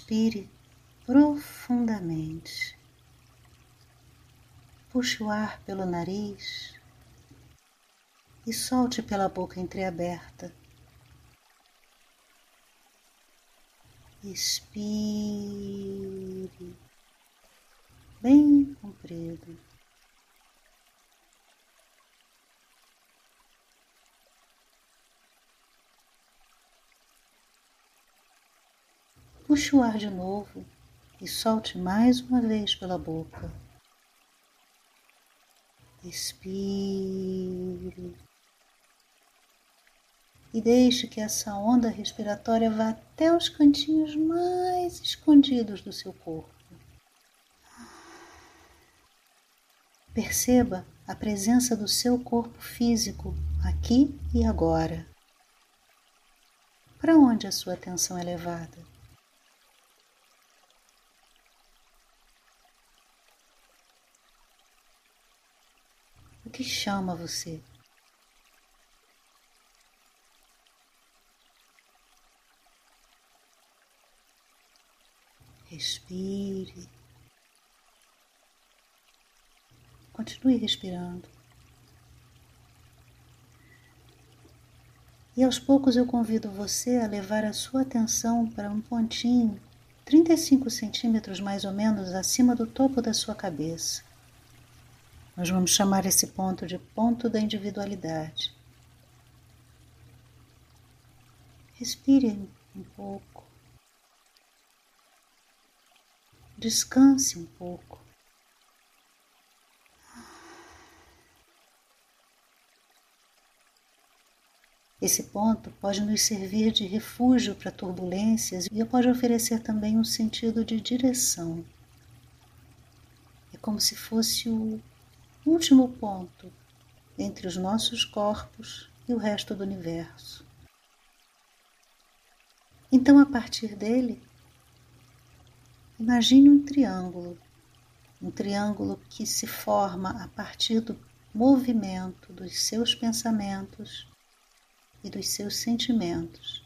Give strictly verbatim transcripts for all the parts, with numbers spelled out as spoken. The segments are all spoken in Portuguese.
Respire profundamente. Puxe o ar pelo nariz e solte pela boca entreaberta. Expire bem comprido. Puxe o ar de novo e solte mais uma vez pela boca. Expire e deixe que essa onda respiratória vá até os cantinhos mais escondidos do seu corpo. Perceba a presença do seu corpo físico aqui e agora. Para onde a sua atenção é levada? O que chama você? Respire. Continue respirando. E aos poucos eu convido você a levar a sua atenção para um pontinho, trinta e cinco centímetros mais ou menos acima do topo da sua cabeça. Nós vamos chamar esse ponto de ponto da individualidade. Respire um pouco. Descanse um pouco. Esse ponto pode nos servir de refúgio para turbulências e pode oferecer também um sentido de direção. É como se fosse o último ponto entre os nossos corpos e o resto do universo. Então, a partir dele, imagine um triângulo, um triângulo que se forma a partir do movimento dos seus pensamentos e dos seus sentimentos.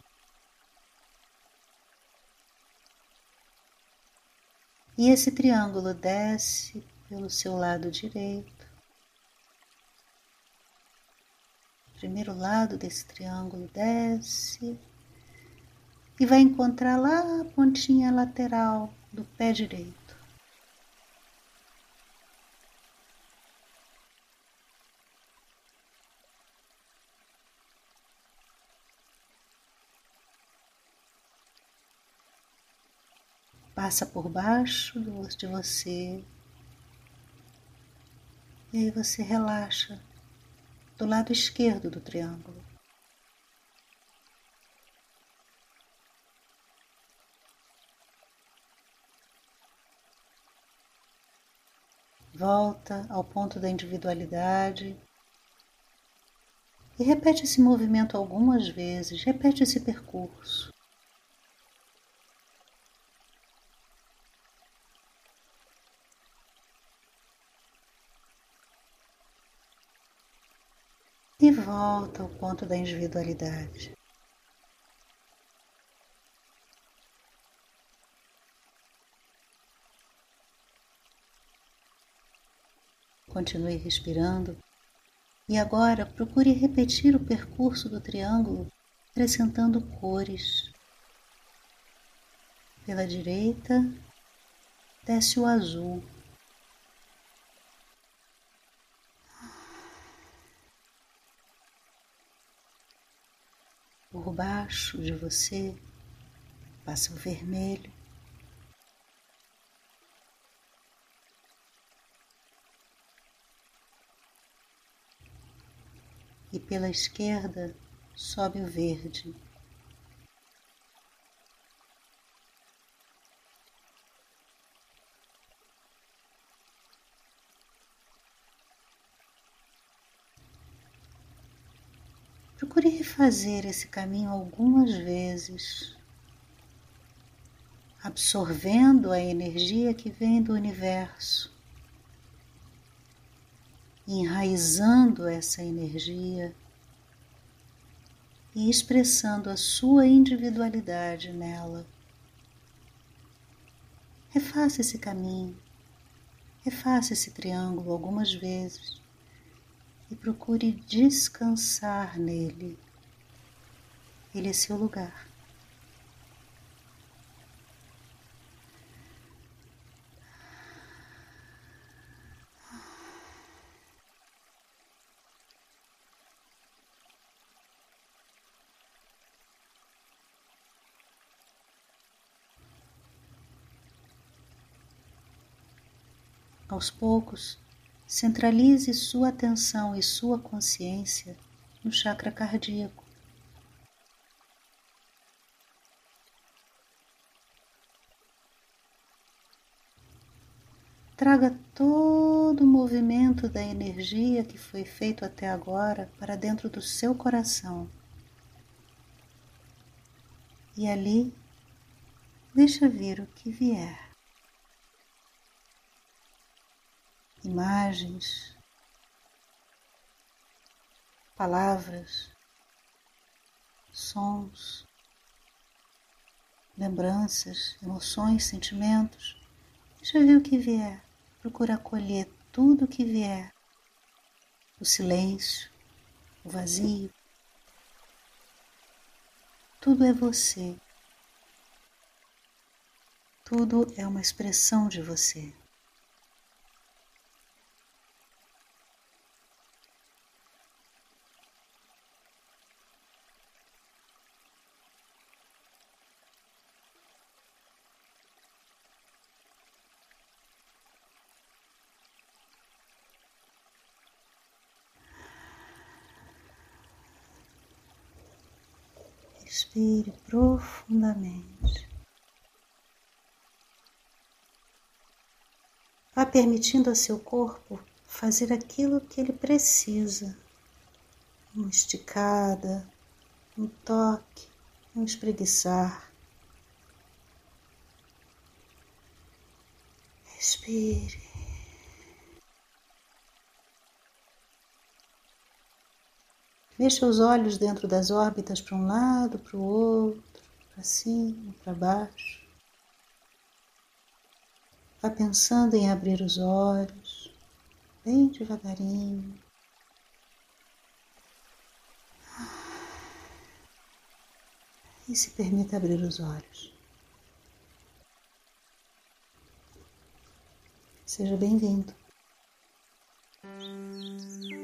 E esse triângulo desce pelo seu lado direito. O primeiro lado desse triângulo desce e vai encontrar lá a pontinha lateral do pé direito. Passa por baixo de você e aí você relaxa do lado esquerdo do triângulo. Volta ao ponto da individualidade e repete esse movimento algumas vezes, repete esse percurso. E volta ao ponto da individualidade. Continue respirando e agora procure repetir o percurso do triângulo, acrescentando cores. Pela direita, desce o azul. Por baixo de você passa o vermelho. E pela esquerda sobe o verde. Procure refazer esse caminho algumas vezes, absorvendo a energia que vem do universo, enraizando essa energia e expressando a sua individualidade nela. Refaça esse caminho, refaça esse triângulo algumas vezes e procure descansar nele. Ele é seu lugar. Aos poucos, centralize sua atenção e sua consciência no chakra cardíaco. Traga todo o movimento da energia que foi feito até agora para dentro do seu coração. E ali, deixa vir o que vier. Imagens, palavras, sons, lembranças, emoções, sentimentos. Deixa vir o que vier. Procura acolher tudo o que vier. O silêncio, o vazio. Tudo é você. Tudo é uma expressão de você. Respire profundamente. Vá permitindo ao seu corpo fazer aquilo que ele precisa. Uma esticada, um toque, um espreguiçar. Respire. Mexa os olhos dentro das órbitas para um lado, para o outro, para cima, para baixo. Vá pensando em abrir os olhos, bem devagarinho. E se permita abrir os olhos. Seja bem-vindo.